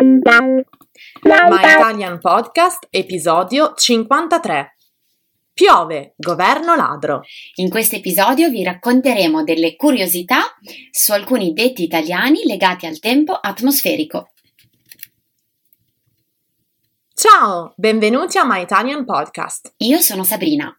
My Italian Podcast, episodio 53. Piove, governo ladro. In questo episodio vi racconteremo delle curiosità su alcuni detti italiani legati al tempo atmosferico. Ciao, benvenuti a My Italian Podcast. Io sono Sabrina.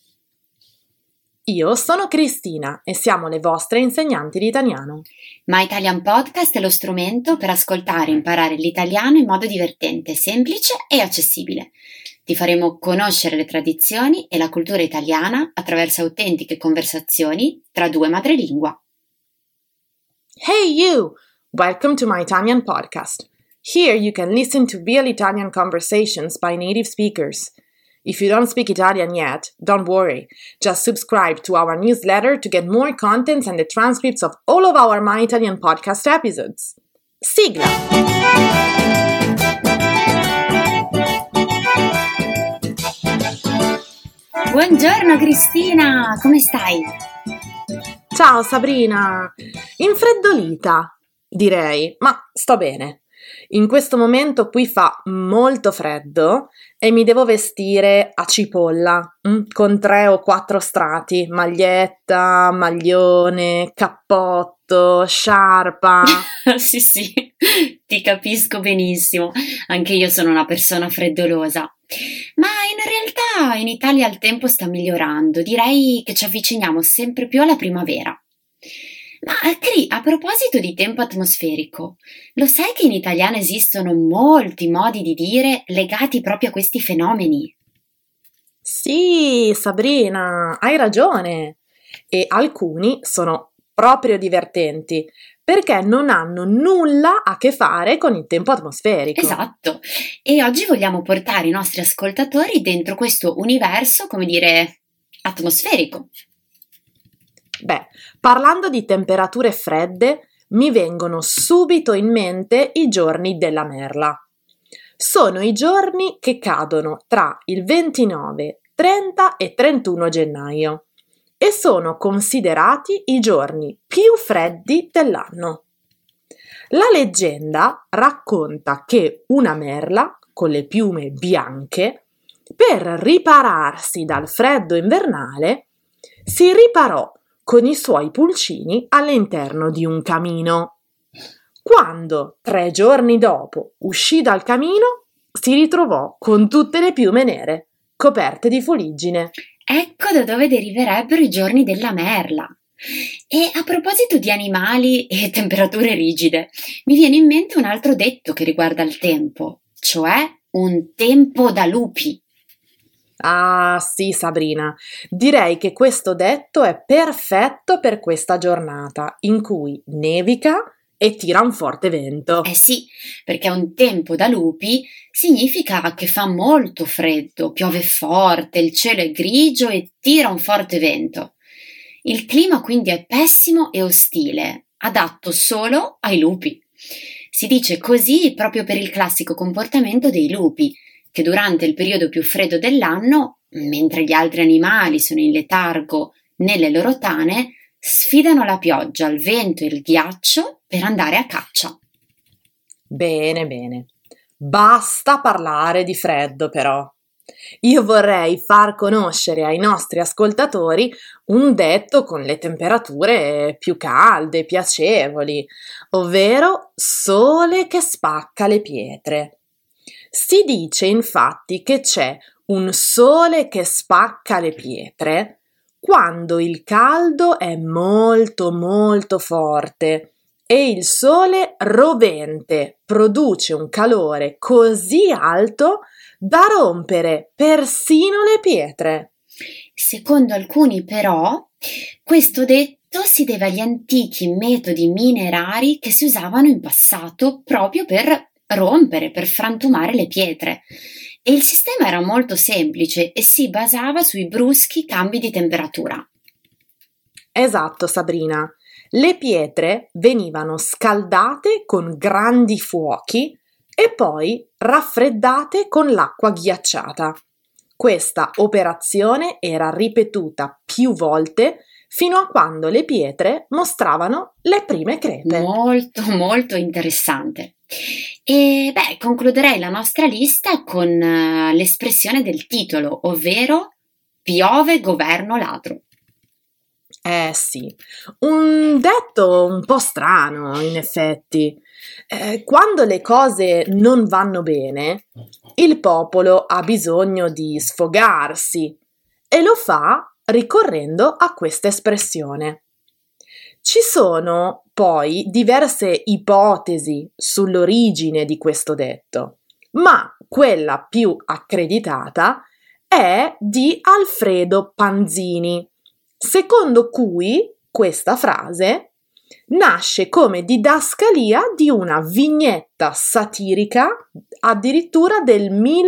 Io sono Cristina e siamo le vostre insegnanti di italiano. My Italian Podcast è lo strumento per ascoltare e imparare l'italiano in modo divertente, semplice e accessibile. Ti faremo conoscere le tradizioni e la cultura italiana attraverso autentiche conversazioni tra due madrelingua. Hey you! Welcome to My Italian Podcast. Here you can listen to real Italian conversations by native speakers. If you don't speak Italian yet, don't worry. Just subscribe to our newsletter to get more contents and the transcripts of all of our My Italian podcast episodes. Sigla! Buongiorno Cristina, come stai? Ciao Sabrina! Infreddolita, direi, ma sto bene. In questo momento qui fa molto freddo e mi devo vestire a cipolla, con 3 o 4 strati, maglietta, maglione, cappotto, sciarpa. Sì, ti capisco benissimo, anche io sono una persona freddolosa. Ma in realtà in Italia il tempo sta migliorando, direi che ci avviciniamo sempre più alla primavera. Ma Cri, a proposito di tempo atmosferico, lo sai che in italiano esistono molti modi di dire legati proprio a questi fenomeni? Sì, Sabrina, hai ragione. E alcuni sono proprio divertenti perché non hanno nulla a che fare con il tempo atmosferico. Esatto. E oggi vogliamo portare i nostri ascoltatori dentro questo universo, come dire, atmosferico. Beh, parlando di temperature fredde, mi vengono subito in mente i giorni della merla. Sono i giorni che cadono tra il 29, 30 e 31 gennaio e sono considerati i giorni più freddi dell'anno. La leggenda racconta che una merla con le piume bianche, per ripararsi dal freddo invernale, si riparò con i suoi pulcini all'interno di un camino. Quando 3 giorni dopo uscì dal camino, si ritrovò con tutte le piume nere, coperte di fuliggine. Ecco da dove deriverebbero i giorni della merla. E a proposito di animali e temperature rigide, mi viene in mente un altro detto che riguarda il tempo, cioè un tempo da lupi. Ah sì, Sabrina, direi che questo detto è perfetto per questa giornata in cui nevica e tira un forte vento. Eh sì, perché un tempo da lupi significa che fa molto freddo, piove forte, il cielo è grigio e tira un forte vento. Il clima quindi è pessimo e ostile, adatto solo ai lupi. Si dice così proprio per il classico comportamento dei lupi, che durante il periodo più freddo dell'anno, mentre gli altri animali sono in letargo nelle loro tane, sfidano la pioggia, il vento e il ghiaccio per andare a caccia. Bene, bene. Basta parlare di freddo, però. Io vorrei far conoscere ai nostri ascoltatori un detto con le temperature più calde, piacevoli, ovvero sole che spacca le pietre. Si dice infatti che c'è un sole che spacca le pietre quando il caldo è molto molto forte e il sole rovente produce un calore così alto da rompere persino le pietre. Secondo alcuni però, questo detto si deve agli antichi metodi minerari che si usavano in passato proprio per rompere, per frantumare le pietre. E il sistema era molto semplice e si basava sui bruschi cambi di temperatura. Esatto, Sabrina. Le pietre venivano scaldate con grandi fuochi e poi raffreddate con l'acqua ghiacciata. Questa operazione era ripetuta più volte fino a quando le pietre mostravano le prime crepe. Molto, molto interessante. E concluderei la nostra lista con l'espressione del titolo, ovvero piove governo ladro. Sì, un detto un po' strano, in effetti. Quando le cose non vanno bene, il popolo ha bisogno di sfogarsi e lo fa ricorrendo a questa espressione. Ci sono poi diverse ipotesi sull'origine di questo detto, ma quella più accreditata è di Alfredo Panzini, secondo cui questa frase nasce come didascalia di una vignetta satirica addirittura del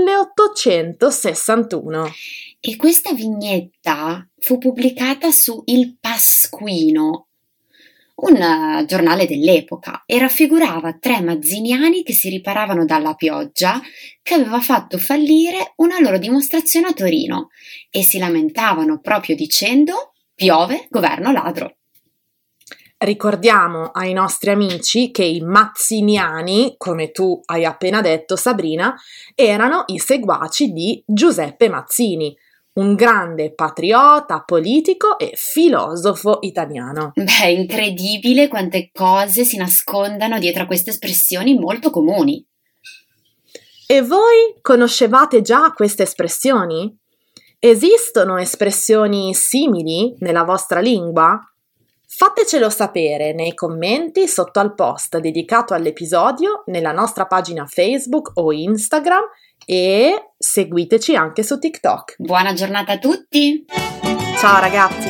1861. E questa vignetta fu pubblicata su Il Pasquino, un giornale dell'epoca, e raffigurava 3 mazziniani che si riparavano dalla pioggia che aveva fatto fallire una loro dimostrazione a Torino e si lamentavano proprio dicendo piove governo ladro. Ricordiamo ai nostri amici che i mazziniani, come tu hai appena detto Sabrina, erano i seguaci di Giuseppe Mazzini, un grande patriota, politico e filosofo italiano. Incredibile quante cose si nascondano dietro a queste espressioni molto comuni. E voi conoscevate già queste espressioni? Esistono espressioni simili nella vostra lingua? Fatecelo sapere nei commenti sotto al post dedicato all'episodio nella nostra pagina Facebook o Instagram e seguiteci anche su TikTok. Buona giornata a tutti! Ciao ragazzi!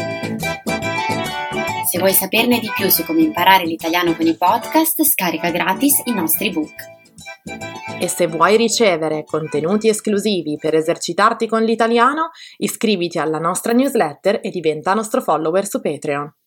Se vuoi saperne di più su come imparare l'italiano con i podcast, scarica gratis i nostri ebook. E se vuoi ricevere contenuti esclusivi per esercitarti con l'italiano, iscriviti alla nostra newsletter e diventa nostro follower su Patreon.